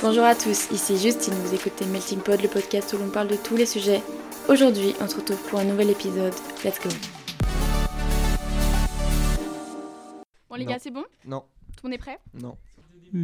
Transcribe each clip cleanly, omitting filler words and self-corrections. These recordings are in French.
Bonjour à tous, ici Justine, vous écoutez Melting Pod, le podcast où l'on parle de tous les sujets. Aujourd'hui, on se retrouve pour un nouvel épisode. Let's go. Bon les gars, c'est bon ? Non. Tout le monde est prêt ? Non. Hein ?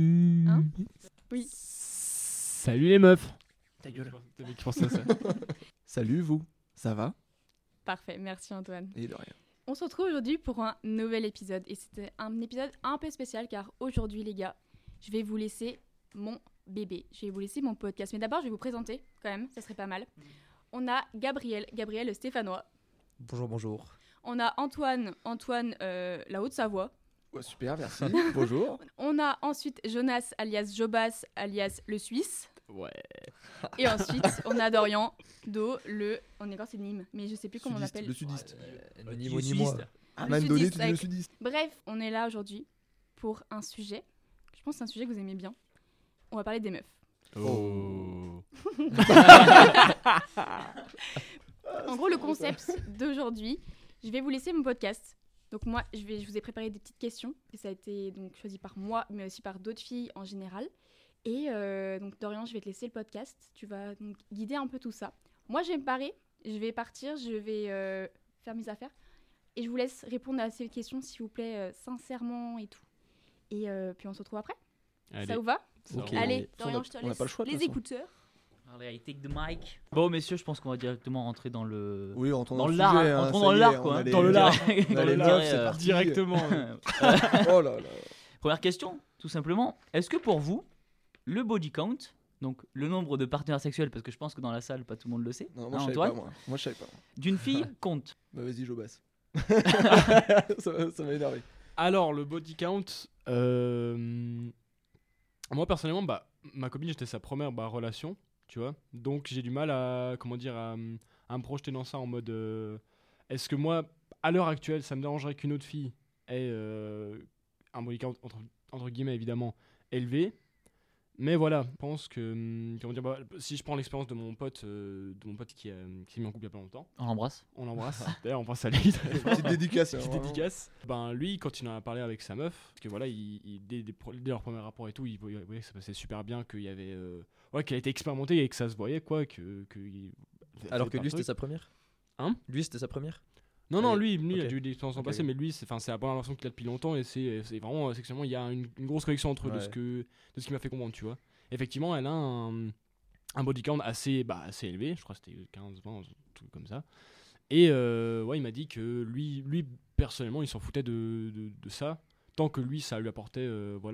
Oui. Salut les meufs. Ta gueule. Je pensais à ça. Salut vous, ça va ? Parfait, merci Antoine. Et de rien. On se retrouve aujourd'hui pour un nouvel épisode. Et c'était un épisode un peu spécial car aujourd'hui les gars, je vais vous laisser mon bébé. Je vais vous laisser mon podcast. Mais d'abord, je vais vous présenter quand même, ça serait pas mal. On a Gabriel le Stéphanois. Bonjour. On a Antoine, la Haute-Savoie. Ouais, super, merci. Bonjour. On a ensuite Jonas, alias Jobas, alias le Suisse. Ouais. Et ensuite, on a Dorian, on est quand c'est Nîmes, mais je sais plus comment on Sudiste, l'appelle. le sudiste. Ni moi ni moi. Ah, Le man donné, sudiste, tu dis le avec- sudiste. Bref, on est là aujourd'hui pour un sujet. Je pense que c'est un sujet que vous aimez bien. On va parler des meufs. Oh. En gros, le concept d'aujourd'hui, je vais vous laisser mon podcast. Donc moi, je vous ai préparé des petites questions. Et ça a été donc choisi par moi, mais aussi par d'autres filles en général. Et donc Dorian, je vais te laisser le podcast. Tu vas donc guider un peu tout ça. Moi, je vais me parer. Je vais partir. Je vais faire mes affaires. Et je vous laisse répondre à ces questions, s'il vous plaît, sincèrement et tout. Et puis on se retrouve après. Allez. Ça vous va ? Ok. Allez, On Dorian, a- je te on a laisse pas le choix, de les toute façon. écouteurs. Allez, take the mic. Bon, messieurs, je pense qu'on va directement rentrer dans le. Oui, entrons Dans le le lard, sujet, hein, hein, entrons ça dans le y est, lard, on quoi, a hein. les- Dans le lard. on a Dans les le meufs, lard, c'est parti. Directement. Oh là là. Première question, tout simplement. Est-ce que pour vous, le body count, donc le nombre de partenaires sexuels, parce que je pense que dans la salle, pas tout le monde le sait, Non, moi hein, je savais Antoine, pas, moi je savais pas. d'une fille compte. Bah vas-y, Jobas. Ça m'a énervé. Alors, le body count. Moi, personnellement, ma copine, j'étais sa première relation, tu vois. Donc, j'ai du mal à me projeter dans ça en mode. Est-ce que moi, à l'heure actuelle, ça me dérangerait qu'une autre fille ait un body count, entre guillemets, évidemment, élevé. Mais voilà, je pense que si je prends l'expérience de mon pote qui s'est mis en couple il y a pas longtemps, On l'embrasse. on l'embrasse. D'ailleurs, on pense à lui. Petite dédicace. Petite vraiment. dédicace. Lui, quand il en a parlé avec sa meuf, parce que voilà, dès leur premier rapport et tout, il voyait que ça passait super bien, qu'il y avait, qu'elle a été expérimentée et que ça se voyait, quoi, Alors que lui, c'était sa première. Hein ? Lui, c'était sa première. Non, lui, Ok. il a eu des expériences en Ok, passé, ok. mais lui, c'est la première relation qu'il a depuis longtemps et c'est vraiment sexuellement, il y a une grosse connexion entre eux de Ouais. ce qui m'a fait comprendre, tu vois. Effectivement, elle a un body count assez élevé, je crois que c'était 15, 20, un truc comme ça. Et il m'a dit que lui personnellement, il s'en foutait de ça, tant que lui, ça lui apportait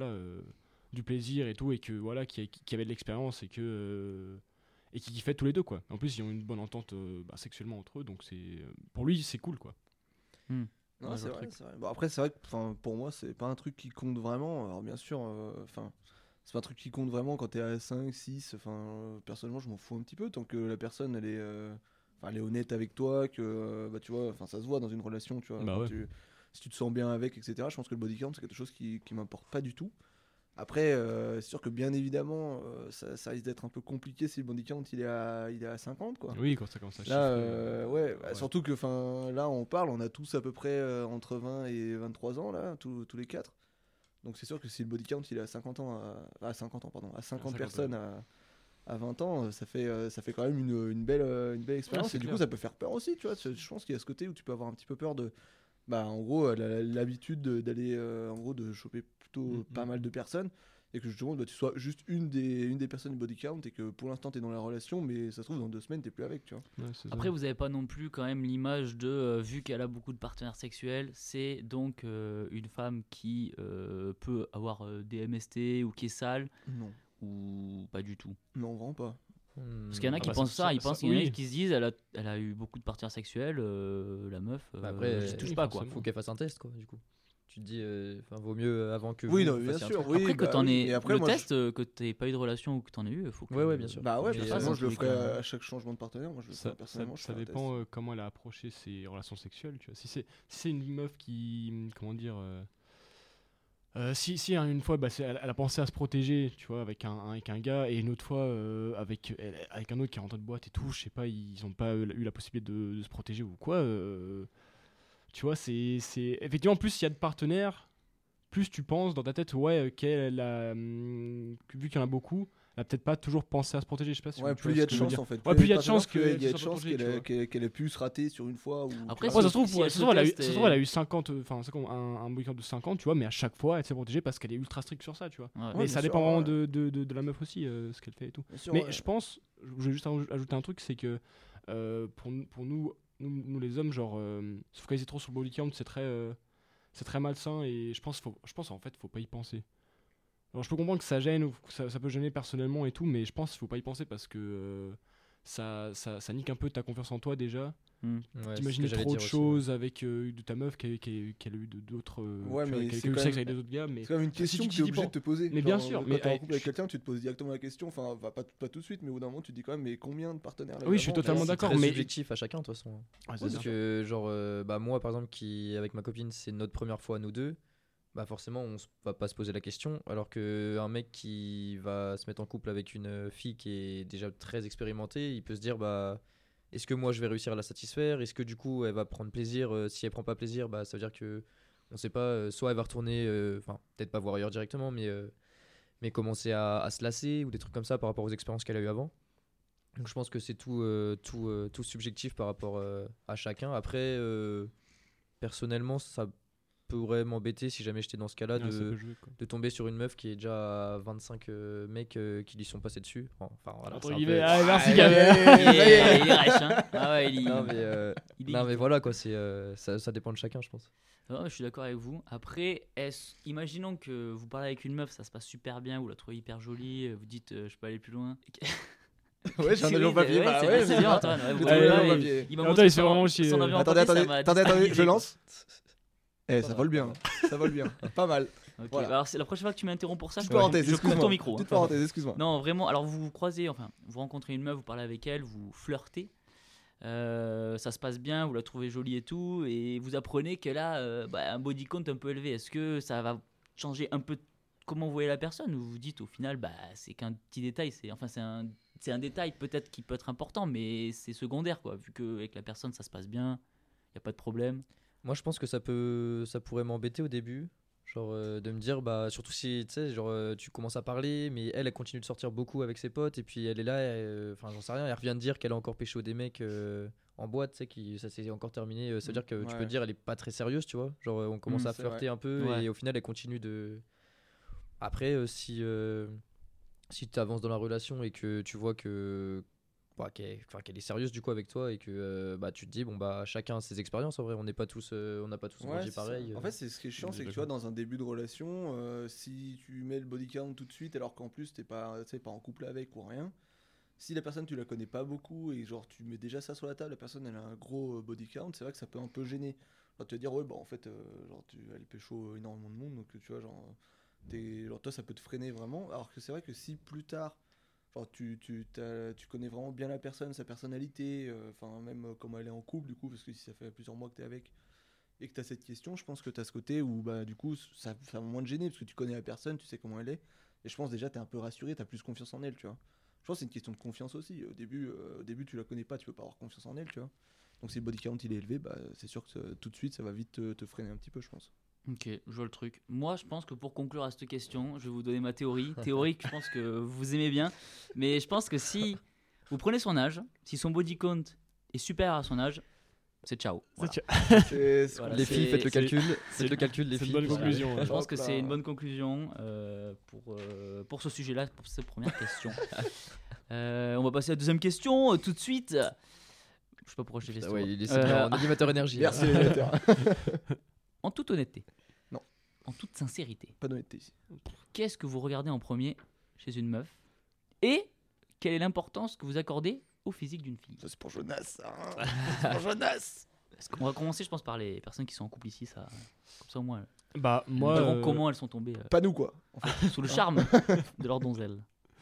du plaisir et tout, et que voilà, qu'il y avait de l'expérience et que et qu'ils kiffaient tous les deux, quoi. En plus, ils ont une bonne entente sexuellement entre eux, donc pour lui, c'est cool, quoi. Non, Ouais, c'est je vois le vrai, truc. c'est vrai. Bon, après, c'est vrai que pour moi, c'est pas un truc qui compte vraiment. Alors, bien sûr, c'est pas un truc qui compte vraiment quand t'es à 5, 6. Personnellement, je m'en fous un petit peu tant que la personne, elle est honnête avec toi, que tu vois, ça se voit dans une relation, tu vois. Bah quand ouais. si tu te sens bien avec, etc. Je pense que le body count, c'est quelque chose qui m'importe pas du tout. Après, c'est sûr que bien évidemment, ça risque d'être un peu compliqué si le body count il est à 50, quoi. Oui, quand ça commence à chiffrer. Là, ouais. Surtout que là on a tous à peu près entre 20 et 23 ans, là, tous les 4. Donc c'est sûr que si le body count il est à 50 personnes à 20 ans, ça fait quand même une belle expérience. c'est Et du clair. coup, ça peut faire peur aussi, tu vois. Je pense qu'il y a ce côté où tu peux avoir un petit peu peur de. En gros, l'habitude d'aller, de choper plutôt pas mal de personnes. Et que justement, tu sois juste une des personnes du body count et que pour l'instant t'es dans la relation, mais ça se trouve dans 2 semaines t'es plus avec, tu vois. Ouais, c'est ça. Après, vous avez pas non plus quand même l'image de, vu qu'elle a beaucoup de partenaires sexuels, c'est donc une femme qui peut avoir des MST ou qui est sale Non, ou pas du tout. non, vraiment pas. Parce qu'il y en a qui bah, pensent ça, ils pensent qu'il y en a oui. qui se disent elle a eu beaucoup de partenaires sexuels, la meuf, Après, j'y touche oui, pas quoi. forcément. Faut qu'elle fasse un test, quoi, du coup. Tu te dis, vaut mieux avant que Oui, vous non, bien fassiez un sûr, truc. oui. Après que bah t'en oui. aies Et après, le moi, test, que t'aies pas eu de relation ou que t'en aies eu, faut que. Ouais, bien sûr. Bah ouais, Mais personnellement, je le dans tous ferais les cas, à chaque changement de partenaire. Moi, je le ferais personnellement. je Ça ferais un dépend test. comment elle a approché ses relations sexuelles, tu vois. Si c'est une meuf qui, comment dire, si une fois, elle a pensé à se protéger, tu vois, avec un gars, et une autre fois avec un autre qui est rentré de boîte et tout, je sais pas, ils ont pas eu la possibilité de se protéger ou quoi. Tu vois, c'est effectivement, plus il y a de partenaires, plus tu penses dans ta tête, ouais, vu qu'il y en a beaucoup, n'a peut-être pas toujours pensé à se protéger. Je sais pas si Ouais, tu plus vois il y a ce de que je veux chances dire. en fait. Ouais, plus il y a de Par chances exemple, que il y a de ça soit chances protégé, tu vois. qu'elle ait pu se rater sur une fois. Après, tu Ouais, vois. ça se trouve, si elle se elle a eu, teste ça se trouve, elle a eu 50, enfin, un body count de 50, tu vois, mais à chaque fois, elle s'est protégée parce qu'elle est ultra stricte sur ça, tu vois. Ouais. Mais bien ça sûr, dépend vraiment ouais. de la meuf aussi, ce qu'elle fait et tout. Bien sûr, Mais ouais. je pense, je vais juste ajouter un truc, c'est que pour nous les hommes, genre, se focaliser trop sur le body count, c'est très malsain et je pense en fait, faut pas y penser. Alors, je peux comprendre que ça gêne ou que ça peut gêner personnellement et tout, mais je pense qu'il faut pas y penser parce que ça nique un peu ta confiance en toi déjà. Hmm. Ouais, T'imaginer c'est ce que j'allais trop de dire aussi, choses avec de ta meuf qu'elle a eu d'autres. Ouais, tu vois, mais qu'elle c'est a eu quand sexe même- avec d'autres gars, mais. C'est quand même une si question tu que t'y tu es obligé penses. de te poser. Mais bien Genre, sûr, quand mais t'es en couple avec je- quelqu'un, tu te poses directement la question. Enfin, pas tout de suite, mais au bout d'un moment, tu te dis quand même, mais combien de partenaires là Oui, je suis totalement C'est d'accord, très mais- subjectif à chacun de toute façon. Ouais, c'est Parce ça. que genre bah moi par exemple qui avec ma copine c'est notre première fois nous deux, bah forcément va pas se poser la question, alors que un mec qui va se mettre en couple avec une fille qui est déjà très expérimentée, il peut se dire bah est-ce que moi je vais réussir à la satisfaire, est-ce que du coup elle va prendre plaisir, si elle prend pas plaisir bah ça veut dire que on sait pas, soit elle va retourner, enfin peut-être pas voir ailleurs directement mais commencer à se lasser ou des trucs comme ça par rapport aux expériences qu'elle a eues avant. Donc je pense que c'est tout subjectif par rapport à chacun. Après, personnellement, ça pourrait m'embêter si jamais j'étais dans ce cas-là Ouais, ça peut jouer, quoi. de tomber sur une meuf qui est déjà à 25 mecs qui lui sont passés dessus. Enfin voilà, Entre c'est un guillemets, peu- ah, merci, Ah, Gabriel. Il est rêche, hein. Ah ouais, Non mais, il est non, mais vite. voilà quoi, ça dépend de chacun je pense. Ouais, je suis d'accord avec vous. Après, imaginons que vous parlez avec une meuf, ça se passe super bien, vous la trouvez hyper jolie, vous dites je peux aller plus loin. Ouais, j'ai un avion Oui, papier. ouais, Bah c'est ouais, c'est bien, Antoine. Ouais, vous Ouais, trouvez ouais, pas, ouais. et papier. il m'a Attends, montré il se fait vraiment chier. son avion Attendez, papier, ça m'a attendez, déstabilisé, je quoi. lance. Eh, ça vole bien. Ça vole bien. Pas mal. Ok, Voilà. bah alors c'est la prochaine fois que tu m'interromps pour ça, Petite je parenthèse, coupe ton excuse-moi. micro. Petite hein. parenthèse, excuse-moi. Non, vraiment, alors vous vous croisez, enfin, vous rencontrez une meuf, vous parlez avec elle, vous flirtez, ça se passe bien, vous la trouvez jolie et tout, et vous apprenez qu'elle a un body count un peu élevé. Est-ce que ça va changer un peu comment vous voyez la personne, ou vous vous dites au final, c'est qu'un petit détail, c'est un détail peut-être qui peut être important, mais c'est secondaire, quoi, vu qu'avec la personne ça se passe bien, il n'y a pas de problème. Moi je pense que ça pourrait m'embêter au début. Genre de me dire, bah, surtout si tu sais, genre tu commences à parler, mais elle continue de sortir beaucoup avec ses potes, et puis elle est là, enfin j'en sais rien, elle revient de dire qu'elle a encore pécho des mecs en boîte, tu sais, ça s'est encore terminé. Ça veut dire que tu Ouais. peux te dire, elle est pas très sérieuse, tu vois. Genre on commence à c'est flirter vrai. un peu, Ouais. et au final elle continue de. Après, si tu avances dans la relation et que tu vois que. Bah, qu'elle est sérieuse du coup avec toi et que bah, tu te dis, bon, bah chacun a ses expériences en vrai, on n'a pas tous Ouais, grandi c'est ça. pareil. En fait, c'est ce qui est chiant, On est c'est que tu vois, dans un début de relation, si tu mets le body count tout de suite, alors qu'en plus t'es pas, tu sais, pas en couple avec ou rien, si la personne tu la connais pas beaucoup et genre tu mets déjà ça sur la table, la personne elle a un gros body count, c'est vrai que ça peut un peu gêner. Genre, tu vas dire, ouais, bah en fait, genre elle pécho énormément de monde, donc tu vois, genre, genre toi ça peut te freiner vraiment. Alors que c'est vrai que si plus tard, genre tu connais vraiment bien la personne, sa personnalité, enfin même comment elle est en couple du coup, parce que si ça fait plusieurs mois que t'es avec et que tu as cette question, je pense que tu as ce côté où bah, du coup ça va moins te gêner parce que tu connais la personne, tu sais comment elle est. Et je pense déjà tu es un peu rassuré, tu as plus confiance en elle, tu vois. Je pense que c'est une question de confiance aussi. Au début tu la connais pas, tu peux pas avoir confiance en elle, tu vois. Donc si le body count il est élevé, bah, c'est sûr que tout de suite ça va vite te freiner un petit peu, je pense. Ok, je vois le truc. Moi, je pense que pour conclure à cette question, je vais vous donner ma théorie. Théorie que je pense que vous aimez bien. Mais je pense que si vous prenez son âge, si son body count est supérieur à son âge, c'est ciao. Voilà. Voilà, Les filles, faites le c'est- calcul. Faites le calcul, les C'est une filles. bonne Voilà. conclusion. Je ouais. pense que Hop là. c'est une bonne conclusion pour ce sujet-là, pour cette première question. On va passer à la deuxième question tout de suite. Je sais pas pourquoi je t'ai fait Ah ça. ouais, il est en animateur énergie. Merci là. l'émetteur. En toute honnêteté. Non. En toute sincérité. Pas d'honnêteté ici. Qu'est-ce que vous regardez en premier chez une meuf? Et quelle est l'importance que vous accordez au physique d'une fille? Ça c'est pour Jonas. Hein. C'est pour Jonas. On va commencer, je pense, par les personnes qui sont en couple ici. Ça, comme ça, au moins, Bah, elles moi. verront comment elles sont tombées Pas nous quoi. sous le charme de leur donzelle.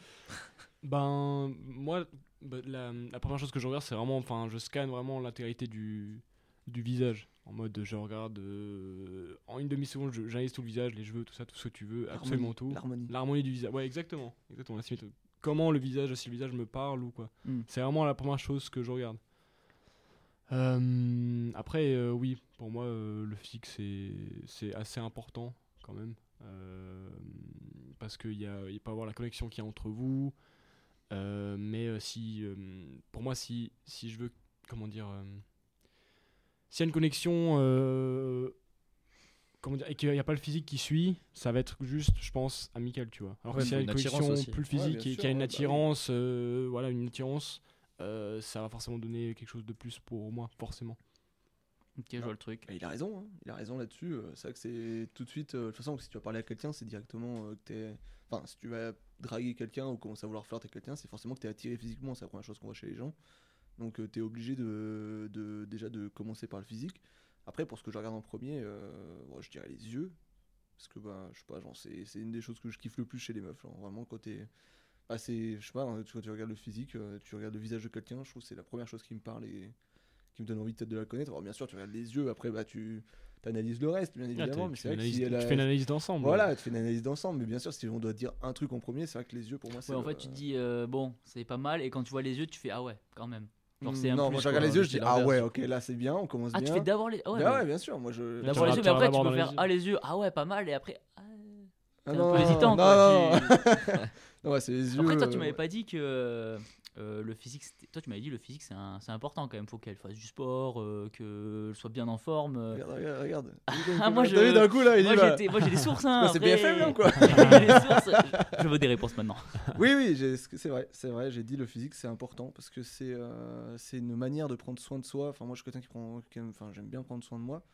Ben, moi, la première chose que je regarde, c'est vraiment. Enfin, je scanne vraiment l'intégralité du visage. En mode, je regarde en une demi-seconde, j'analyse tout le visage, les cheveux, tout ça, tout ce que tu veux, absolument tout. L'harmonie. L'harmonie du visage. Ouais, exactement. Exactement. La symétrie. Comment le visage, si le visage me parle ou quoi. Mm. C'est vraiment la première chose que je regarde. Après, oui, pour moi, le physique, c'est assez important quand même. Parce qu'il peut y avoir la connexion qu'il y a entre vous. Mais pour moi, si je veux, comment dire, s'il y a une connexion, comment dire, et qu'il n'y a pas le physique qui suit, ça va être juste, je pense, amical, tu vois. Alors Ouais, que s'il y a une une attirance connexion aussi. plus Ouais, physique bien et sûr, qu'il y a une ouais, bah oui. attirance, voilà, une attirance, ça va forcément donner quelque chose de plus pour moi, forcément. Ok, je vois le truc. Et il a raison, hein. Il a raison là-dessus. C'est vrai que c'est tout de suite. De toute façon, si tu vas parler à quelqu'un, c'est directement que t'es. Enfin, si tu vas draguer quelqu'un ou commencer à vouloir flirter avec quelqu'un, c'est forcément que t'es attiré physiquement. C'est la première chose qu'on voit chez les gens. Donc, t'es obligé déjà de commencer par le physique. Après, pour ce que je regarde en premier, moi, je dirais les yeux. Parce que, bah, je sais pas, genre, c'est une des choses que je kiffe le plus chez les meufs. Genre, vraiment, quand t'es. Bah, c'est. Je sais pas, hein, quand tu regardes le physique, tu regardes le visage de quelqu'un, je trouve que c'est la première chose qui me parle et qui me donne envie peut-être de la connaître. Alors bien sûr, tu regardes les yeux, après bah tu analyses le reste, bien évidemment. Mais Tu c'est fais vrai que si tu elle a... fais une analyse d'ensemble. Voilà, tu fais une analyse d'ensemble. Mais bien sûr, si on doit dire un truc en premier, c'est vrai que les yeux pour moi c'est. Ouais, en fait, tu te dis, bon, c'est pas mal, et quand tu vois les yeux, tu fais, ah ouais, quand même. Genre, c'est un non, plus, moi je regarde quoi. les yeux, je dis ah l'inverse, ouais, du ok, là c'est bien, on commence Ah, bien. tu fais d'abord les. Ah ouais, Bah mais- ouais, bien sûr, moi je. Là, D'abord les tu yeux, mais après, tu vas peux dans les faire, yeux. ah, les yeux, ah ouais, pas mal, et après, ah. Ah T'es un non, peu hésitant, non, quoi. non. Non, ouais, c'est les yeux. Après, toi, tu m'avais pas dit que le physique. Toi, tu m'avais dit le physique, c'est important quand même. Faut qu'elle fasse du sport, qu'elle soit bien en forme. Regarde. Ah, moi, T'as vu d'un coup là, il dit bah. Moi, j'ai des sources, hein. C'est après. BFM là ou quoi? J'ai des sources. Je veux des réponses maintenant. Oui, c'est vrai, j'ai dit le physique c'est important parce que c'est une manière de prendre soin de soi. Enfin, moi je suis quelqu'un enfin, j'aime bien prendre soin de moi.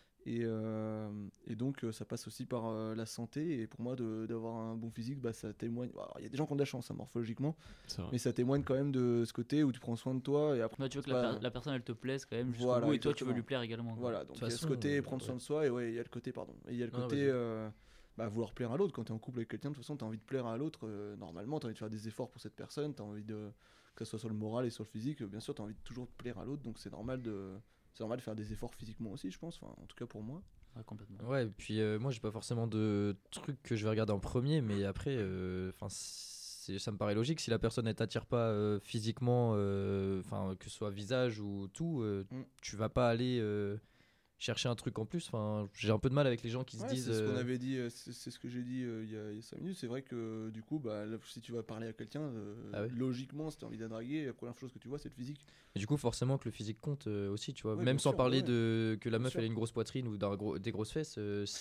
Et donc ça passe aussi par la santé. Et pour moi, d'avoir un bon physique, bah, ça témoigne. Alors, il y a des gens qui ont de la chance hein, morphologiquement, C'est vrai. mais ça témoigne quand même de ce côté où tu prends soin de toi. Et après, Moi, tu veux que bah, la personne, elle te plaise quand même jusqu'au Voilà, bout, et toi, tu veux exactement. lui plaire également, quoi. Voilà, donc De il y a toute ce façon, côté prendre soin ouais. de soi, et ouais, il y a le côté, pardon. Et il y a le Non, côté vas-y. bah, vouloir plaire à l'autre. Quand tu es en couple avec quelqu'un, de toute façon, tu as envie de plaire à l'autre. Normalement, tu as envie de faire des efforts pour cette personne, tu as envie de. Que ce soit sur le moral et sur le physique, bien sûr, tu as envie de toujours plaire à l'autre, donc c'est normal de. C'est normal de faire des efforts physiquement aussi, je pense. Enfin, en tout cas pour moi. Ouais, complètement. Ouais, et puis moi j'ai pas forcément de trucs que je vais regarder en premier, mais après, enfin ça me paraît logique si la personne elle t'attire pas physiquement, enfin que ce soit visage ou tout, tu vas pas aller chercher un truc en plus. Enfin, j'ai un peu de mal avec les gens qui se Ouais, disent. c'est ce qu'on avait dit, c'est ce que j'ai dit il y a 5 minutes. C'est vrai que du coup, bah, là, si tu vas parler à quelqu'un, Ah ouais. logiquement, si tu as envie de la draguer, la première chose que tu vois, c'est le physique. Et du coup, forcément que le physique compte aussi, tu vois. Ouais, Même bien sans sûr, parler ouais. de que la Bien meuf sûr. elle a une grosse poitrine ou des grosses fesses,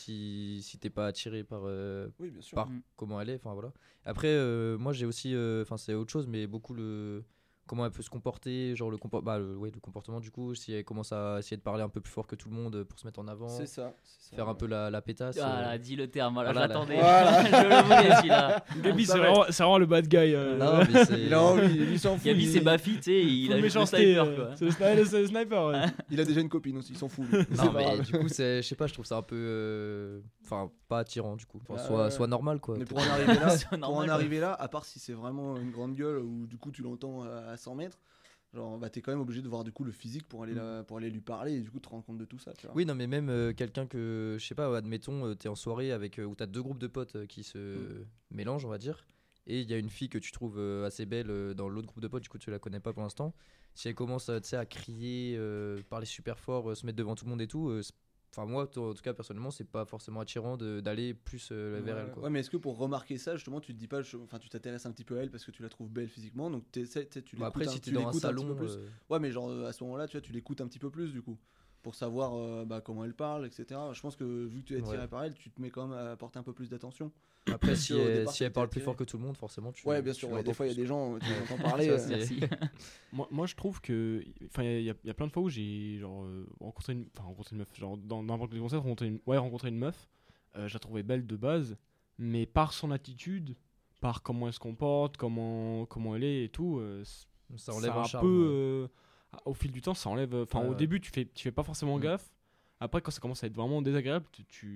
si t'es pas attiré par Oui, bien sûr. par Mm. comment elle est, enfin voilà. Après, moi j'ai aussi, enfin c'est autre chose, mais beaucoup le comment elle peut se comporter, genre le comportement du coup, si elle commence à essayer de parler un peu plus fort que tout le monde pour se mettre en avant, C'est ça. faire un peu la pétasse. Ah là, dis le terme, voilà, voilà, j'attendais. Voilà. Je le voulais, celui-là. Gabi, Ça c'est va. vraiment le bad guy. Non, mais c'est Il a envie, il s'en fout. Gabi, c'est Bafi, tu sais, il a Full juste le méchanceté. sniper, quoi. C'est le sniper, ouais. Il a déjà une copine aussi, il s'en fout. Lui. C'est non, pas mais grave. du coup, je sais pas, je trouve ça un peu enfin pas attirant du coup. Enfin, Ah, soit ouais. soit normal quoi. Mais pour en arriver là, C'est pour en normal, quoi. arriver là, à part si c'est vraiment une grande gueule où du coup tu l'entends à 100 mètres, genre bah t'es quand même obligé de voir du coup le physique pour aller lui parler et du coup te rendre compte de tout ça. Tu vois. Oui, non, mais même quelqu'un que, je sais pas, admettons, t'es en soirée avec, où t'as deux groupes de potes qui se mélangent, on va dire, et il y a une fille que tu trouves assez belle dans l'autre groupe de potes, du coup tu la connais pas pour l'instant. Si elle commence tu sais, à crier, parler super fort, se mettre devant tout le monde et tout, enfin moi, en tout cas, personnellement, c'est pas forcément attirant d'aller plus vers elle, quoi. Ouais, mais est-ce que pour remarquer ça, justement, tu te dis pas, enfin, tu t'intéresses un petit peu à elle parce que tu la trouves belle physiquement, donc tu l'écoutes Bah, après, si tu t'es dans un l'écoutes un petit salon, peu plus. Ouais, mais genre à ce moment-là, tu vois, tu l'écoutes un petit peu plus du coup, pour savoir bah, comment elle parle, etc. Je pense que vu que tu es attiré Ouais. par elle, tu te mets quand même à porter un peu plus d'attention. après, Parce si qu'au elle, départ, si elle t'étais parle plus attiré. fort que tout le monde, forcément, Ouais, bien sûr. tu Ouais, des l'entends fois, il y a plus, des quoi. gens, tu les entends parler. Ça, c'est- Merci. Moi, je trouve que. Enfin, il y a plein de fois où j'ai genre, rencontré une meuf. Genre, dans n'importe quel concert, rencontrer une meuf. Je la trouvais belle de base. Mais par son attitude, par comment elle se comporte, comment elle est et tout, ça enlève a un un charme. peu. Au fil du temps, ça enlève. Enfin, Ouais, au ouais. début, tu fais pas forcément Mm. gaffe. Après, quand ça commence à être vraiment désagréable,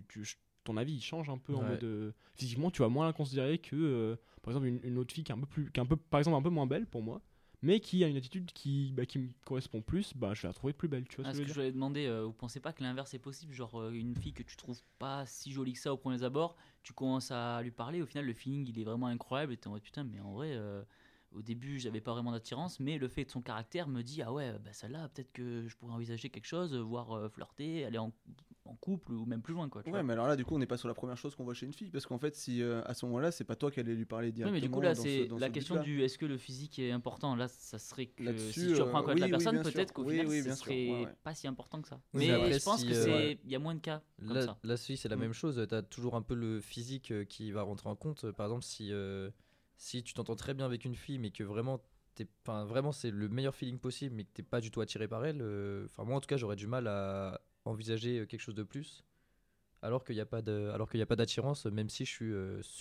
ton avis il change un peu en Ouais. mode. Physiquement, tu vas moins la considérer que, par exemple, une autre fille qui est un peu, par exemple, un peu moins belle pour moi, mais qui a une attitude qui me correspond plus, bah, je vais la trouver plus belle. Tu vois Ah, ce ce que que je je veux dire? voulais demander, vous pensez pas que l'inverse est possible? Genre une fille que tu trouves pas si jolie que ça au premier abord, tu commences à lui parler, au final le feeling il est vraiment incroyable et t'es en mode putain, mais en vrai, au début, j'avais pas vraiment d'attirance, mais le fait de son caractère me dit ah ouais, bah celle-là, peut-être que je pourrais envisager quelque chose, voire flirter, aller en couple ou même plus loin, quoi. Tu Ouais, vois. mais alors là, du coup, on n'est pas sur la première chose qu'on voit chez une fille. Parce qu'en fait, si à ce moment-là, c'est pas toi qui allais lui parler Oui, directement. mais du coup, là, dans c'est dans la ce question but-là. du est-ce que le physique est important. Là, ça serait que Là-dessus, si tu apprends à connaître oui, la oui, personne, bien peut-être sûr. qu'au Oui, final, oui, ce bien sûr. serait Ouais, ouais. pas si important que ça. Oui, Mais après, je pense si, que il y a moins de cas comme Là, ça. là aussi, c'est la Mm. même chose. Tu as toujours un peu le physique qui va rentrer en compte. Par exemple, si tu t'entends très bien avec une fille, mais que vraiment, vraiment c'est le meilleur feeling possible, mais que tu n'es pas du tout attiré par elle, moi en tout cas, j'aurais du mal à envisager quelque chose de plus. Alors qu'il n'y a pas d'attirance, même si je suis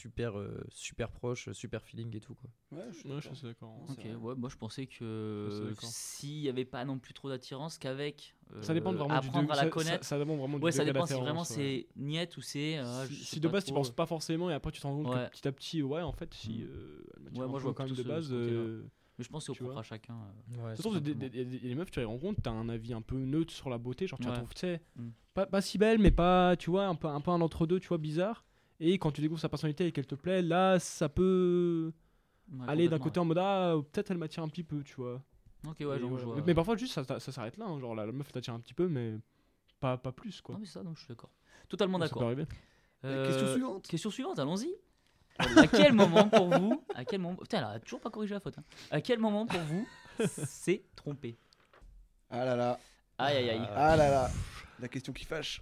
super proche, super feeling et tout, quoi. Ouais, je suis Ouais, je d'accord. suis d'accord. Non, Ouais. c'est Ok, vrai. ouais, moi je pensais Ouais, c'est que d'accord. s'il n'y avait pas non plus trop d'attirance, qu'avec Ça dépend vraiment du apprendre à la ça- connaître. Ça dépend vraiment du Ouais, ça degré dépend si d'attirance, vraiment ouais. c'est niette ou c'est. je Si sais de pas base tu trop. penses pas forcément et après tu te rends compte Ouais. que petit à petit, ouais, en fait, si Mm. elle m'attire Ouais, un moi, je peu vois quand même plutôt de base. ce côté-là. Mais je pense que c'est au tu propre vois. à chacun. Ouais, De toute façon, tout il y a simplement. des meufs, tu les rencontres, t'as un avis un peu neutre sur la beauté, genre tu la Ouais. trouves, tu sais, Mm. pas si belle, mais pas, tu vois, un peu un entre-deux, tu vois, bizarre. Et quand tu découvres sa personnalité et qu'elle te plaît, là, ça peut Ouais, aller d'un complètement, côté en mode, ah, peut-être elle m'attire un petit peu, tu vois. ouais. Ok, ouais, Et donc voilà. je vois. Mais parfois, juste, ça s'arrête là, hein, genre la meuf t'attire un petit peu, mais pas plus, quoi. Non, mais c'est ça, donc je suis d'accord. Totalement Ça peut d'accord. arriver. Question suivante. Question suivante, allons-y. À quel moment pour vous. À quel moment. Putain, elle a toujours pas corrigé la faute. Hein. À quel moment pour vous c'est trompé? Ah là là. Aïe aïe aïe. Ah là là. La question qui fâche.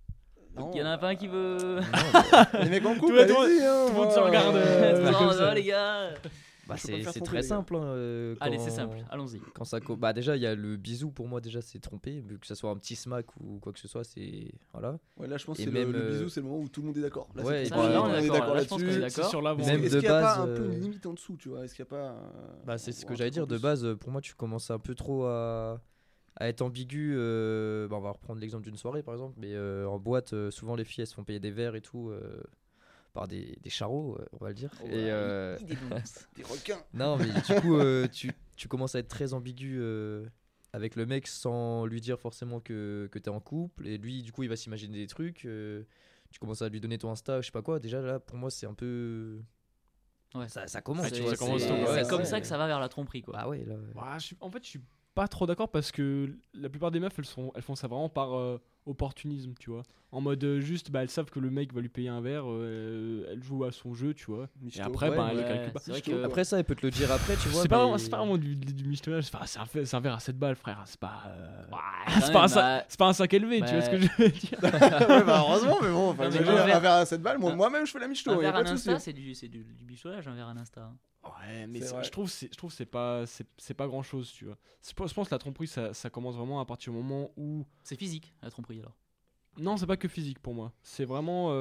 Il y en a pas un qui veut. Les mecs en Tout couple, le monde- allez-y, hein, tout le monde moi, se regarde, euh, Non, comme non, ça. les gars. Bah, Je peux pas me faire c'est tromper, très les gars. simple. Allez, c'est simple, allons-y. Bah déjà, il y a le bisou, pour moi, déjà, c'est trompé. Vu que ça soit un petit smack ou quoi que ce soit, c'est. Voilà. Ouais, là, je pense que Et c'est même, le bisou, c'est le moment où tout le monde est d'accord. Là, ouais, c'est et trop puis- bien, là, on est d'accord. Là, je pense qu'on est là-dessus. d'accord. C'est sur l'avant. Même Est-ce de qu'il n'y a pas base, un peu une limite en dessous, tu vois? Est-ce qu'il n'y a pas. Bah, c'est ce un que j'allais truc en dire. De plus base, pour moi, tu commences un peu trop à être ambigu. Bah, on va reprendre l'exemple d'une soirée, par exemple. Mais en boîte, souvent, les filles, elles se font payer des verres et tout. Par des charros, on va le dire. Ouais, Et, Il dénonce. Des requins. non, mais du coup, tu commences à être très ambigu avec le mec sans lui dire forcément que tu es en couple. Et lui, du coup, il va s'imaginer des trucs. Tu commences à lui donner ton Insta, je sais pas quoi. Déjà, là, pour moi, c'est un peu. Ouais. Ça commence, C'est tu vois. ça commence c'est- tôt, c'est ouais, comme ouais. ça que ça va vers la tromperie, quoi. Ah ouais, là. Ouais, en fait, je suis pas trop d'accord parce que la plupart des meufs, elles font ça vraiment par opportunisme, tu vois. En mode juste, bah, elles savent que le mec va lui payer un verre, elles jouent à son jeu, tu vois. Et Michto. après, Ouais, bah, elles le ouais, calculent pas. c'est vrai Michto, que. quoi. Après ça, elle peut te le dire après, tu vois. C'est pas vraiment du michetonnage, c'est un verre à 7 balles, frère. C'est pas, Ouais, c'est quand pas, même, bah, c'est pas un sac élevé, tu vois bah, ce que je veux dire. Ouais, bah, heureusement, mais bon, enfin, Non, mais imagine un verre- un verre à 7 balles, un- moi-même je fais la michto, un y a verre pas à de souci. Insta, c'est du bichonnage, un verre à Insta. Ouais, mais C'est vrai. je trouve que c'est pas grand chose, tu vois. Je pense que la tromperie, ça commence vraiment à partir du moment où. C'est physique, la tromperie alors. Non, c'est pas que physique pour moi. C'est vraiment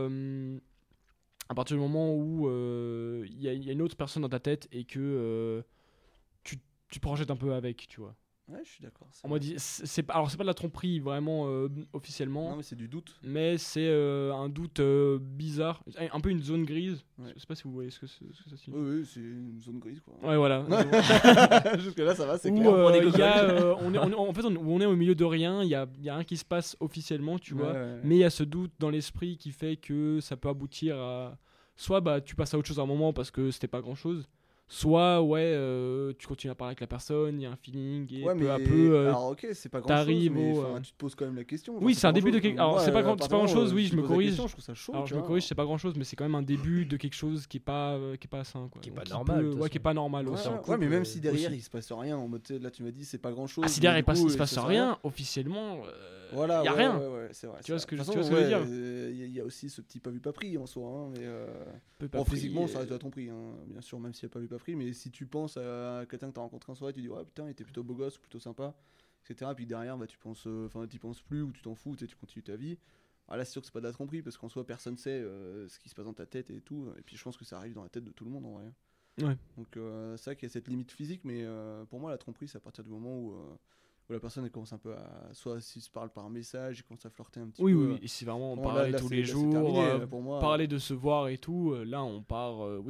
à partir du moment où il y a une autre personne dans ta tête et que tu te projettes un peu avec, tu vois. Ouais, je suis d'accord. c'est En vrai. mode, c'est pas de la tromperie vraiment officiellement, Non, mais c'est du doute. mais c'est un doute bizarre, un peu une zone grise. Ouais. Je sais pas si vous voyez ce que ça signifie. Oui, c'est une zone grise, quoi. Ouais, voilà. Jusque là, ça va, c'est Où clair. Pour des il y a, cocottes. en fait, où on est au milieu de rien, il y a rien qui se passe officiellement, tu vois. Ouais. Mais il y a ce doute dans l'esprit qui fait que ça peut aboutir à. Soit bah, tu passes à autre chose à un moment parce que c'était pas grand chose. Soit tu continues à parler avec la personne, il y a un feeling et Ouais, peu à peu. alors, ok, c'est pas grand chose, t'arrives mais au, enfin, tu te poses quand même la question. Oui, c'est un début de quelque quelque. Alors c'est pas grand chose, oui, je me corrige. Je trouve ça chaud. Alors tu je me vois. corrige, c'est pas grand chose, mais c'est quand même un début de quelque chose qui est pas sain, quoi. Qui est pas Qui normal, de toute ouais, façon. qui est pas normal Ouais, aussi. en ouais, couple, mais même si derrière aussi. il se passe rien, en mode, tu sais, là tu m'as dit c'est pas grand chose. Ah, si derrière mais du coup, il se passe ça sert à rien, officiellement, Voilà, y a ouais, rien. ouais, c'est vrai. Tu vois c'est ce que vrai. je- De tu toute vois ce que je façon, veux Il y a aussi ce petit pas vu pas pris en soi, hein, mais Peu pas bon, pris, physiquement ça reste de la tromperie, hein, bien sûr, même s'il n'y a pas vu pas pris. Mais si tu penses à quelqu'un que t'as rencontré en soirée, tu dis ouais putain, il était plutôt beau gosse ou plutôt sympa, etc. Puis derrière, bah, tu penses, enfin, t'y penses plus ou tu t'en fous, tu sais, tu continues ta vie. Alors là, c'est sûr que c'est pas de la tromperie parce qu'en soi, personne sait ce qui se passe dans ta tête et tout. Et puis je pense que ça arrive dans la tête de tout le monde en vrai. Ouais. Donc c'est vrai qu'il y a cette limite physique, mais pour moi, la tromperie, c'est à partir du moment où la personne elle commence un peu à. Soit s'il se parle par message, il commence à flirter un petit Oui, peu. oui, et c'est vraiment Bon, parler là, tous c'est- les là, c'est jours, terminé, pour moi. parler de se voir et tout. Là, on part, oui.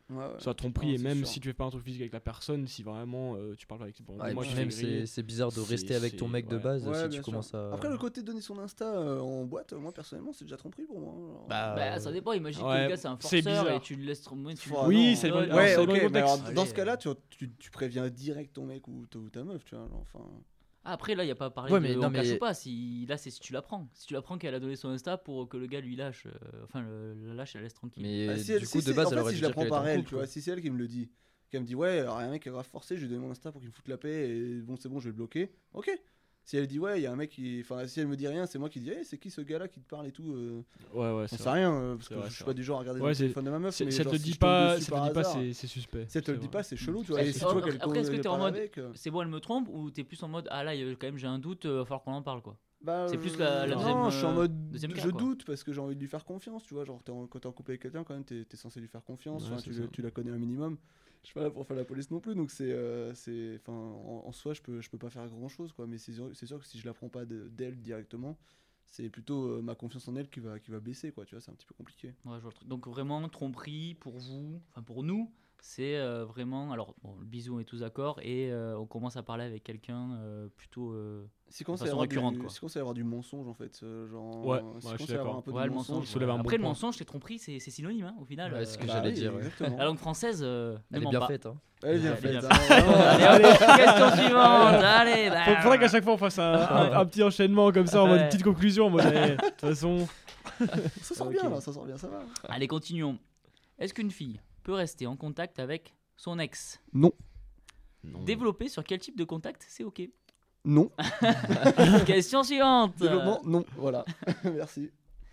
soit tromperie, Non, et c'est même sûr. si tu fais pas un truc physique avec la personne, si vraiment tu parles avec bon, Ouais, et moi puis je même fais griller. c'est bizarre de rester avec ton mec de ouais. base Ouais, si bien tu sûr. commences à. Après, le côté de donner son Insta en boîte, moi personnellement, c'est déjà tromperie pour moi. Genre. Bah, ça dépend, imagine que Ouais, le gars c'est un c'est forceur bizarre. et tu le laisses trop. Oui, c'est bon. bon. Ouais, Alors, ok, c'est dans le mais alors, contexte. dans Allez, ce cas-là, tu préviens direct ton mec ou ta meuf, tu vois. Genre, enfin. Après, là, il n'y a pas à parler Ouais, de mais non, on cache mais- ou pas. Là, c'est si tu l'apprends. Si tu l'apprends qu'elle a donné son Insta pour que le gars lui lâche. La lâche, elle laisse tranquille. Mais Bah, si elle- du si coup, de c'est- base, en elle fait, aurait si dû je la dire prends qu'elle était en par elle, couple, tu vois, quoi. si c'est elle qui me le dit, qu'elle me dit ouais, alors il y a un mec qui est grave forcé, je lui donne mon Insta pour qu'il me foute la paix et bon, c'est bon, je vais le bloquer. Ok. Si elle dit ouais, il y a un mec qui. Enfin, si elle me dit rien, c'est moi qui dis, hey, c'est qui ce gars-là qui te parle et tout. Ouais, J'en c'est sais vrai. rien, parce C'est que vrai, je c'est suis pas vrai. du genre à regarder Ouais, le c'est- téléphone de ma meuf. Si mais elle te genre, le si dit je tombe pas, dessus si elle te par le dit pas, hasard, c'est suspect. si elle te le C'est dit vrai. pas, c'est chelou, tu vois. Ouais, Et si c'est- tu vois qu'elle après, est-ce que elle t'es en parle mode- avec, C'est bon, elle me trompe ou t'es plus en mode ah là, quand même, j'ai un doute, va falloir qu'on en parle quoi. bah, c'est plus la non, deuxième, je suis en mode deuxième cas, je quoi. doute parce que j'ai envie de lui faire confiance, tu vois. Genre, quand t'es en couple avec quelqu'un, quand même, t'es censé lui faire confiance. Ouais, Enfin, c'est ça. tu la connais un minimum. Je suis pas là pour faire la police non plus, donc enfin, en soi, je peux pas faire grand chose, quoi. Mais c'est sûr que si je la prends pas d'elle directement, c'est plutôt ma confiance en elle qui va baisser, quoi. Tu vois, c'est un petit peu compliqué. Ouais, je vois le truc. Donc vraiment, tromperie pour vous, enfin pour nous, c'est vraiment. Alors, bon, le bisou, on est tous d'accord, et on commence à parler avec quelqu'un plutôt. Si commence à y façon avoir récurrente, quoi. si commence à y avoir du mensonge, en fait, genre. Ouais, si ouais, je commence suis à y avoir d'accord. un peu Ouais, de le mensonge. soulève un bon Après, le point. mensonge, les tromperies, c'est synonyme au final. Ouais, c'est ce que Bah j'allais oui, dire, ouais. exactement. La langue française, ne Elle est ment bien pas. faite, hein. Elle est bien Elle est faite. bien hein. Allez, question suivante. Allez, bah. Faudrait qu'à chaque fois on fasse un petit enchaînement comme ça en mode Ouais. petite conclusion. En mode, de toute façon, Ça sort Ok. bien, là, ça sort bien, ça va. Allez, continuons. Est-ce qu'une fille peut rester en contact avec son ex? Non. Développer sur quel type de contact, c'est ok. Non. Question suivante. Développement, non. Voilà. Merci.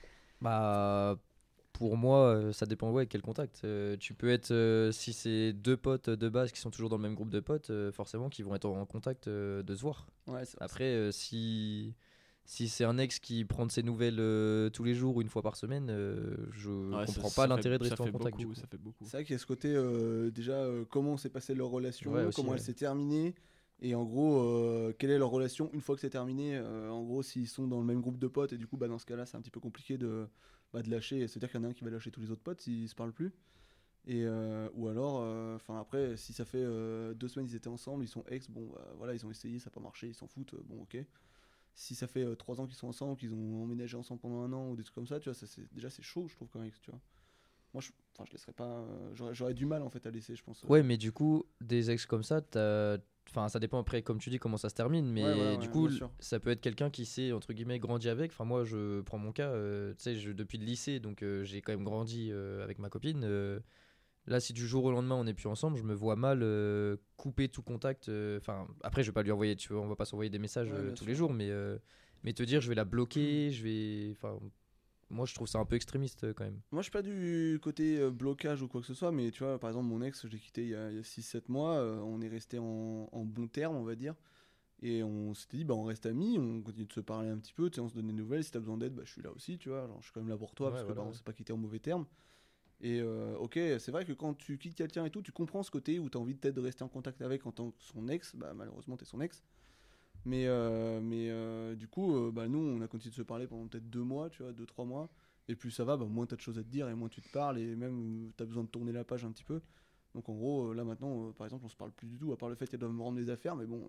Bah, pour moi, ça dépend ouais, quel contact. Tu peux être, si c'est deux potes de base qui sont toujours dans le même groupe de potes, forcément qui vont être en contact de se voir. Ouais, c'est Après, si c'est un ex qui prend de ses nouvelles tous les jours ou une fois par semaine, je comprends pas l'intérêt de rester en contact. Du coup. Ça fait beaucoup. C'est vrai qu'il y a ce côté, déjà, comment s'est passée leur relation, Ouais, aussi, comment ouais. elle s'est terminée, et en gros, quelle est leur relation une fois que c'est terminé. En gros, s'ils sont dans le même groupe de potes, et du coup, bah, dans ce cas-là, c'est un petit peu compliqué de lâcher, c'est-à-dire qu'il y en a un qui va lâcher tous les autres potes s'ils se parlent plus. Et, ou alors, enfin après, si ça fait 2 semaines ils étaient ensemble, ils sont ex, bon, bah, voilà, ils ont essayé, ça n'a pas marché, ils s'en foutent, bon, ok. Si ça fait 3 ans qu'ils sont ensemble, qu'ils ont emménagé ensemble pendant 1 an ou des trucs comme ça, tu vois, déjà c'est chaud, je trouve, quand même, tu vois. Moi, je laisserais pas. J'aurais du mal en fait à laisser, je pense. Ouais, mais du coup, des ex comme ça, enfin, ça dépend après, comme tu dis, comment ça se termine. Mais Ouais, voilà, du ouais, coup, bien sûr. ça peut être quelqu'un qui s'est, entre guillemets, grandi avec. Enfin, moi, je prends mon cas, tu sais, depuis le lycée, donc j'ai quand même grandi avec ma copine. Là, si du jour au lendemain, on n'est plus ensemble, je me vois mal couper tout contact. Enfin, après, je vais pas lui envoyer, tu vois, on va pas s'envoyer des messages Ouais, bien tous sûr. les jours, mais te dire, je vais la bloquer, enfin, moi, je trouve ça un peu extrémiste quand même. Moi, je suis pas du côté blocage ou quoi que ce soit, mais tu vois, par exemple, mon ex, je l'ai quitté il y a 6-7 mois, on est resté en bon terme, on va dire. Et on s'était dit, bah, on reste amis, on continue de se parler un petit peu, tu sais, on se donne des nouvelles, si t'as besoin d'aide, bah, je suis là aussi, tu vois, genre, je suis quand même là pour toi, Ouais, parce que voilà, bah, on ouais. s'est pas quitté en mauvais termes. Et ok, c'est vrai que quand tu quittes quelqu'un et tout, tu comprends ce côté où t'as envie peut-être de rester en contact avec en tant que son ex, bah, malheureusement, t'es son ex. Mais du coup, bah, nous, on a continué de se parler pendant peut-être 2 mois, tu vois, 2-3 mois. Et plus ça va, bah, moins t'as de choses à te dire et moins tu te parles, et même t'as besoin de tourner la page un petit peu. Donc en gros, là maintenant, par exemple, on se parle plus du tout, à part le fait qu'elle doit me rendre les affaires, mais bon.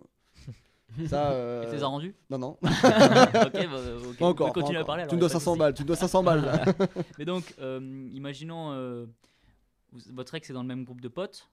Ça. Et t'es rendu? Non, non. Ok, bah, ok. Pas encore. Continue pas à encore. parler. alors, Tu me y a dois pas de 500 souci. balles, tu me dois 500 balles. là. Mais donc, imaginons, votre ex est dans le même groupe de potes.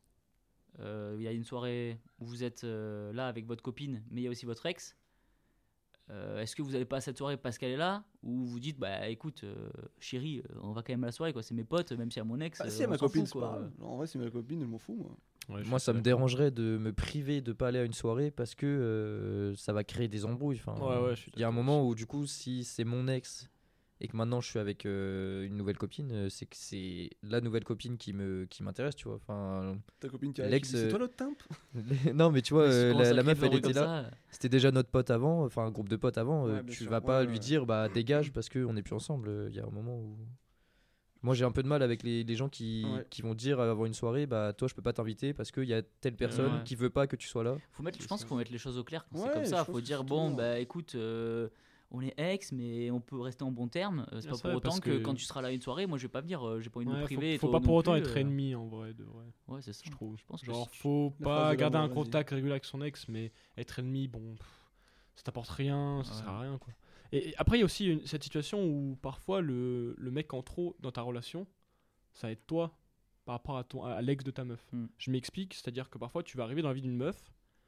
Il y a une soirée où vous êtes là avec votre copine, mais il y a aussi votre ex. Est-ce que vous n'allez pas à cette soirée parce qu'elle est là, ou vous dites bah écoute chérie, on va quand même à la soirée quoi, c'est mes potes, même si à mon ex. Bah, si, à on ma s'en copine, fout, c'est quoi. pas grave. En vrai, c'est ma copine, elle m'en fout, moi. Ouais, je Moi, suis ça me d'accord. dérangerait de me priver de pas aller à une soirée parce que ça va créer des embrouilles. Enfin, Ouais, ouais, je suis il y a un d'accord moment où, du coup, si c'est mon ex et que maintenant je suis avec une nouvelle copine, c'est que c'est la nouvelle copine qui m'intéresse, tu vois. Enfin, Ta copine qui arrive, L'ex, qui dit, c'est toi l'autre timpe. non, mais tu vois, Mais si tu commences à la créer meuf, de elle l'embrouille était comme là. ça, C'était déjà notre pote avant, enfin un groupe de potes avant. Ouais, bien Tu sûr. vas pas Ouais, lui ouais. dire bah dégage parce qu'on n'est plus ensemble. Il y a un moment où. Moi j'ai un peu de mal avec les gens qui vont dire avant une soirée bah toi je peux pas t'inviter parce qu'il y a telle personne Ouais. qui veut pas que tu sois là. je pense qu'il faut mettre les choses au clair quand c'est Ouais, comme je ça. pense Faut que dire c'est bon toujours- bah écoute, on est ex, mais on peut rester en bon terme. C'est pas c'est pour vrai, autant parce que que- quand tu seras là une soirée, moi je vais pas venir, j'ai pas envie de me Ouais, priver. et faut toi pas pour non autant plus, être ennemi en vrai, de vrai. Ouais, c'est ça. Je trouve. Je pense que Genre, c'est- faut La pas phrase de garder un l'amour, vas-y. contact régulier avec son ex, mais être ennemi, bon, ça t'apporte rien, ça Ouais. sert à rien, quoi. Et après, il y a aussi cette situation où parfois le mec en trop dans ta relation, ça va être toi par rapport à l'ex de ta meuf. Mm. Je m'explique, c'est-à-dire que parfois tu vas arriver dans la vie d'une meuf,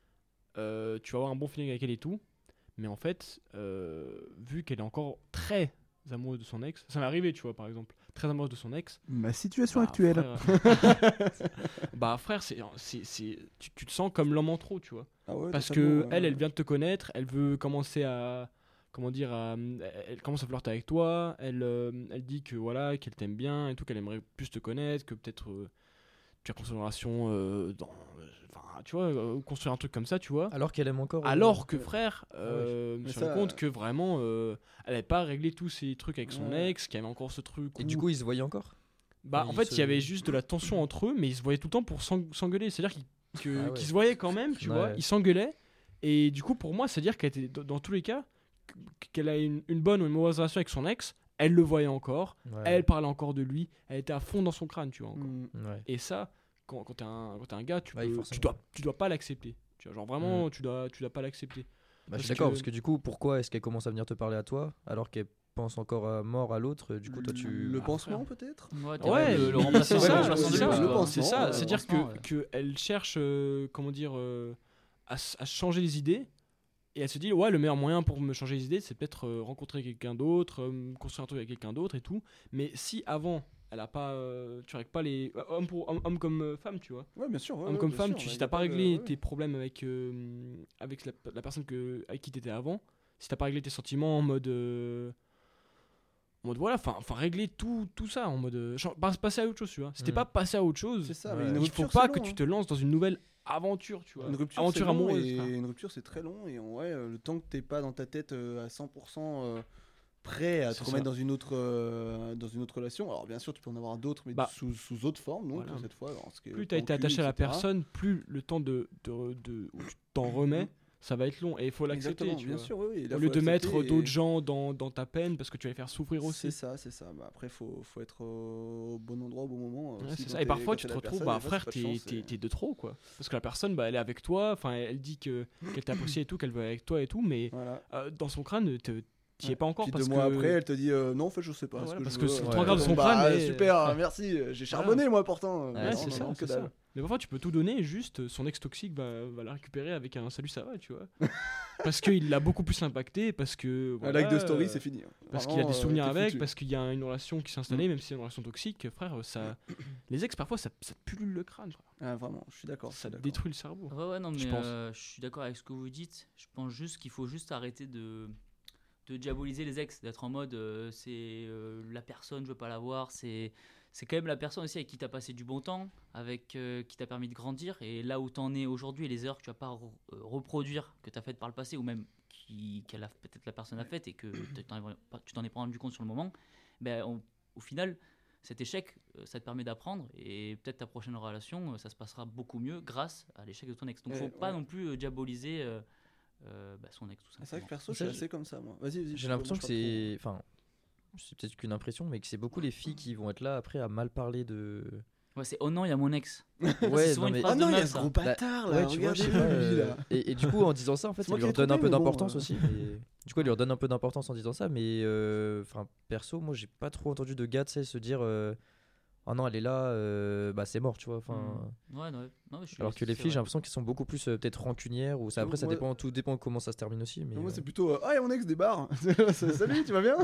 tu vas avoir un bon feeling avec elle et tout, mais en fait, vu qu'elle est encore très amoureuse de son ex, ça m'est arrivé, tu vois, par exemple, très amoureuse de son ex. Ma situation Bah, actuelle. frère, bah frère, tu te sens comme l'homme en trop, tu vois. Ah ouais, Parce totalement, que ouais. elle vient de te connaître, elle veut commencer à, comment dire, elle commence à flirter avec toi, elle dit que voilà, qu'elle t'aime bien et tout, qu'elle aimerait plus te connaître, que peut-être tu as construit une relation enfin, tu vois, construire un truc comme ça, tu vois. Alors qu'elle aime encore. Alors que frère, ouais. je me Mais suis ça, rendu compte que vraiment, elle n'avait pas réglé tous ces trucs avec son Ouais. ex, qu'il y avait encore ce truc. Et où- du coup, ils se voyaient encore. bah, en ils fait, se- il y avait juste de la tension entre eux, mais ils se voyaient tout le temps pour s'engueuler. C'est-à-dire qu'ils Ah ouais. qu'ils se voyaient quand même, tu Ouais. vois, ils s'engueulaient. Et du coup, pour moi, c'est-à-dire qu'elle était, dans tous les cas, qu'elle a une bonne ou une mauvaise relation avec son ex, elle le voyait encore, Ouais. elle parlait encore de lui, elle était à fond dans son crâne, tu vois. Encore. Mm. Ouais. Et ça, quand t'es un gars, Ouais, forcément. tu dois pas l'accepter. Tu vois, genre vraiment, tu dois pas l'accepter. Bah, je suis Parce d'accord, que- parce que du coup, pourquoi est-ce qu'elle commence à venir te parler à toi alors qu'elle pense encore à mort à l'autre? Du coup, toi, tu. Le Ah, pansement peut-être. Ouais, t'es Ouais, le mais remplaçant, c'est ça, le remplaçant de c'est lui, ça, le quoi. pansement, c'est ça. ouais, C'est-à-dire pansement, que elle cherche, comment dire, à changer les idées. Et elle se dit, ouais, le meilleur moyen pour me changer les idées, c'est peut-être rencontrer quelqu'un d'autre, construire un truc avec quelqu'un d'autre et tout. Mais si avant, elle a pas, tu règles pas les homme comme femme, tu vois. Ouais, bien sûr. Homme comme femme, sûr, si y t'as a pas de- réglé ouais. tes problèmes avec la personne avec qui t'étais avant, si t'as pas réglé tes sentiments en mode voilà, enfin régler tout ça en mode passer à autre chose, tu vois. Si t'es Mm. pas passé à autre chose, C'est ça, Ouais. mais une il faut rupture, pas c'est que long, tu hein. te lances dans une nouvelle aventure, tu vois. Une rupture, aventure c'est long, amoureuse. et frère. une rupture, c'est très long. Et ouais, le temps que t'es pas dans ta tête à 100% prêt à te C'est remettre ça. dans une autre relation. Alors bien sûr, tu peux en avoir d'autres, mais Bah, sous autre forme. Donc voilà. cette fois, alors, ce qui est Plus t'as été plan cul, attaché à la etc. personne, plus le temps où tu t'en remets, ça va être long. Et il faut l'accepter, Exactement, tu bien vois. sûr, oui. oui, là, Au faut lieu de mettre l'accepter d'autres et- gens dans ta peine parce que tu vas les faire souffrir aussi. C'est ça. Bah, après, faut être au bon endroit au bon moment. Ouais, aussi c'est quand ça. Et t'es- parfois quand tu t'es te la retrouves, personne, bah des fois, frère, c'est pas de chance, t'es de trop, quoi. Parce que la personne, bah elle est avec toi, enfin elle dit qu'elle t'apprécie et tout, qu'elle veut avec toi et tout, mais Voilà. dans son crâne, t'y es Ouais. pas encore Puis parce 2 mois que après, elle te dit non, en fait, je sais pas. Ouais, ce voilà, que parce je que veux. c'est le ton regard de Bon, son bah, crâne. super, merci. J'ai charbonné, moi, pourtant. Ouais, Ouais, Non, c'est non, ça, non, c'est que ça. dalle. Mais parfois tu peux tout donner, juste son ex toxique va la récupérer avec un salut ça va, tu vois. Parce qu'il l'a beaucoup plus impacté, parce que Un voilà, like de story, c'est fini. parce qu'il a Vraiment, des souvenirs t'es avec, foutu. parce qu'il y a une relation qui s'est installée, même si c'est une relation toxique, frère, ça, les ex parfois ça te pullule le crâne, frère. Ah, vraiment, je suis d'accord. Ça te d'accord. détruit le cerveau. Ouais, non, mais Je pense. je suis d'accord avec ce que vous dites. Je pense juste qu'il faut juste arrêter de diaboliser les ex, d'être en mode c'est la personne, je veux pas la voir, c'est quand même la personne aussi avec qui t'as passé du bon temps, avec qui t'a permis de grandir, et là où t'en es aujourd'hui et les erreurs que tu vas pas reproduire, que t'as faites par le passé, ou même qu'elle a peut-être la personne a faites et que tu t'en es pas rendu compte sur le moment, ben, au final cet échec ça te permet d'apprendre, et peut-être ta prochaine relation ça se passera beaucoup mieux grâce à l'échec de ton ex. Donc faut pas non plus diaboliser son ex, tout C'est vrai simplement. que perso, je Ça, suis assez comme ça, moi. Vas-y. J'ai l'impression que c'est. Enfin, c'est peut-être qu'une impression, mais que c'est beaucoup les filles qui vont être là après à mal parler de. Ouais, c'est oh non, il y a mon ex. Ouais, souvent non, une mais. phrase Ah non, il y a meuf, ce ça. gros bâtard là. Ouais, tu vois, je sais pas. Regardez-le, lui, là. Et du coup, en disant ça, en fait, C'est ça moi lui qui l'ai redonne un trompé, peu mais bon, d'importance aussi. Mais... Du coup, elle lui redonne un peu d'importance en disant ça. Mais enfin, perso, moi, j'ai pas trop entendu de gars, tu sais, se dire oh non, elle est là, bah c'est mort, tu vois. Enfin. Ouais, non, mais je suis- Alors que les c'est filles, j'ai vrai. l'impression qu'elles sont beaucoup plus peut-être rancunières, ou ça, après, ça Moi- dépend, tout dépend comment ça se termine aussi. Mais Moi, c'est plutôt ah, il y a mon ex des bars. Salut, tu vas bien?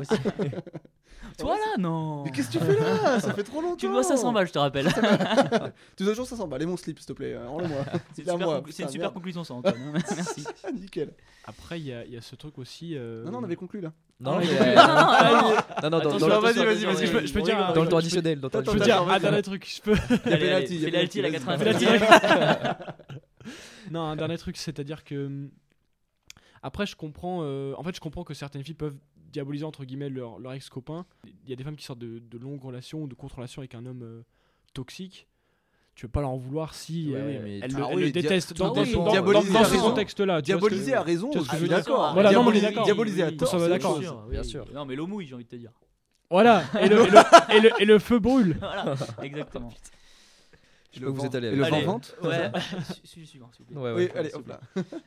Toi là, non. Mais qu'est-ce que tu fais là? Ça fait trop longtemps. Tu me dois 500 balles, je te rappelle. Tu dois toujours 500 balles. Et mon slip, s'il te plaît. Rends-le-moi. C'est Il est à une super, moi, c'est putain, une super merde. conclusion, ça, Antoine. hein. Merci. Ah, nickel. Après il y a ce truc aussi. Non, on avait conclu là. Non, Ah, mais, ouais. non, dans Attention, le- attention, vas-y, attention, vas-y, je peux dire dans le temps je peux- additionnel. dans le temps Attends, Je peux additionnel. dire un dernier truc, je peux. Allez, penalty, il y a penalty, la penalty, 90. Non, un dernier truc, c'est-à-dire que après je comprends en fait je comprends que certaines filles peuvent diaboliser entre guillemets leur ex-copain. Il y a des femmes qui sortent de longues relations ou de courtes relations avec un homme toxique. tu veux pas leur en vouloir si Oui, oui, mais elle tout- le, Ah elle oui, le déteste tout dans dépend. Diaboliser dans à ce raison. contexte-là. tu vois ce que- Diaboliser à raison, tu vois je ce que suis je veux dire d'accord. Voilà, non, mais on est Diaboliser- d'accord. Diaboliser à Oui, tort, ça va, c'est d'accord. autre chose. Bien sûr. Non, mais l'eau mouille, j'ai envie de te dire. Voilà, et le feu brûle. Voilà, exactement. Je sais pas où vous êtes allé Et avec le ça. vent Allez. vente Ouais, suivant, s'il vous plaît. Ouais, Oui, ouais. allez, hop là.